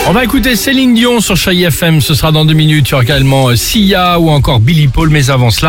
On va écouter Céline Dion sur Chai FM, ce sera dans 2 minutes. Il y aura également Sia ou encore Billy Paul, mais avant cela,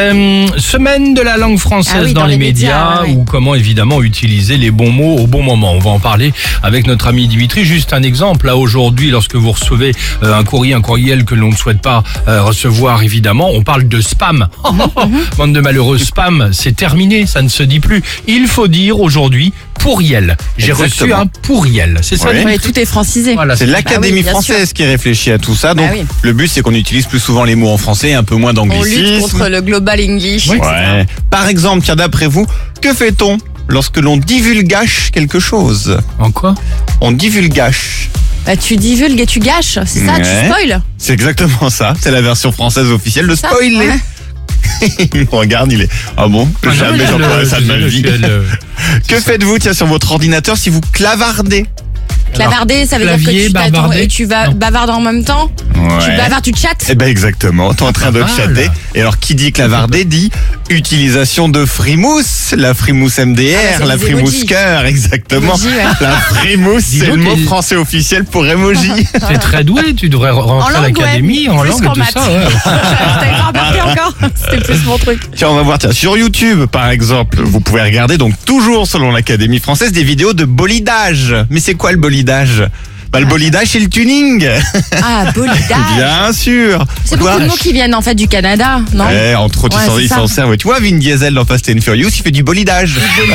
semaine de la langue française dans les médias, ou comment évidemment utiliser les bons mots au bon moment. On va en parler avec notre ami Dimitri. Juste un exemple, là aujourd'hui, lorsque vous recevez un courriel que l'on ne souhaite pas recevoir, évidemment, on parle de spam. Bande de malheureux, spam, c'est terminé, ça ne se dit plus. Il faut dire aujourd'hui pourriel. J'ai reçu un pourriel, c'est ça? Oui, tout est francisé. Voilà, c'est l'Académie française qui réfléchit à tout ça. Donc, le but, c'est qu'on utilise plus souvent les mots en français et un peu moins d'anglicisme. On lutte contre le global English. Ouais. Par exemple, tiens, d'après vous, que fait-on lorsque l'on divulgâche quelque chose? En quoi? On divulgâche. Bah, tu divulgues et tu gâches, c'est ça? Tu spoil? C'est exactement ça. C'est la version française officielle de spoiler. Ouais. Il me regarde, il est... Ah bon? Jamais j'emploierais ça de ma vie. Que faites-vous, tiens, sur votre ordinateur si vous clavardez? Clavarder, ça veut dire que tu vas bavarder en même temps. Tu bavardes, tu chattes. Eh ben exactement, t'es en train de chatter. Et alors qui dit clavarder dit utilisation de frimousse, la frimousse MDR, la frimousse cœur, exactement. La frimousse, c'est le mot français officiel pour emoji. T'es très doué, tu devrais rentrer à l'académie en langue et tout ça. T'avais pas remarqué encore, c'était plus mon truc. Tiens, on va voir, sur YouTube par exemple, vous pouvez regarder, donc toujours selon l'Académie française, des vidéos de bolidage. Mais c'est quoi le bolidage? Le bolidage, c'est le tuning. Ah, bolidage. Bien sûr. C'est beaucoup de mots qui viennent en fait du Canada, non? Entre autres, ils s'en servent. Tu vois, Vin Diesel dans Fast and Furious, il fait du bolidage.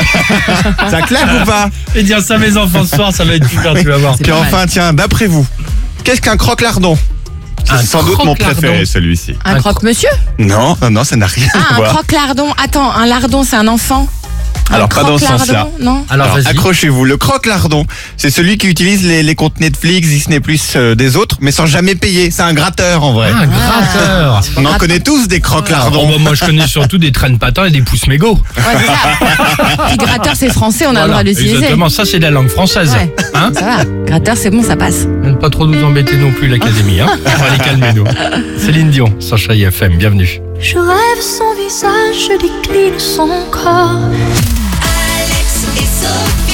Ça claque ou pas? Et dire ça à mes enfants ce soir, ça va être super, tu vas voir. Puis enfin, tiens, d'après vous, qu'est-ce qu'un croque-lardon? C'est sans doute mon préféré, celui-ci. Un croque-monsieur? Non, ça n'a rien à voir. Un croque-lardon. Attends, un lardon, c'est un enfant? Alors pas dans ce sens-là. Non. Alors accrochez-vous. Le croque-lardon, c'est celui qui utilise les comptes Netflix, Disney+, des autres, mais sans jamais payer. C'est un gratteur en vrai. Un gratteur. On en connaît tous des croque-lardons. Moi je connais surtout des traînes patins et des pouces mégots. Ouais, c'est ça. Puis gratteur c'est français, on a le droit d'utiliser. Exactement, ça c'est de la langue française. Ouais. Hein, ça va. Gratteur c'est bon, ça passe. Pas trop nous embêter non plus l'Académie. On va les calmer nous. Céline Dion sur Chai FM, bienvenue. Je rêve son visage, je décline son corps. Alex et Sophie.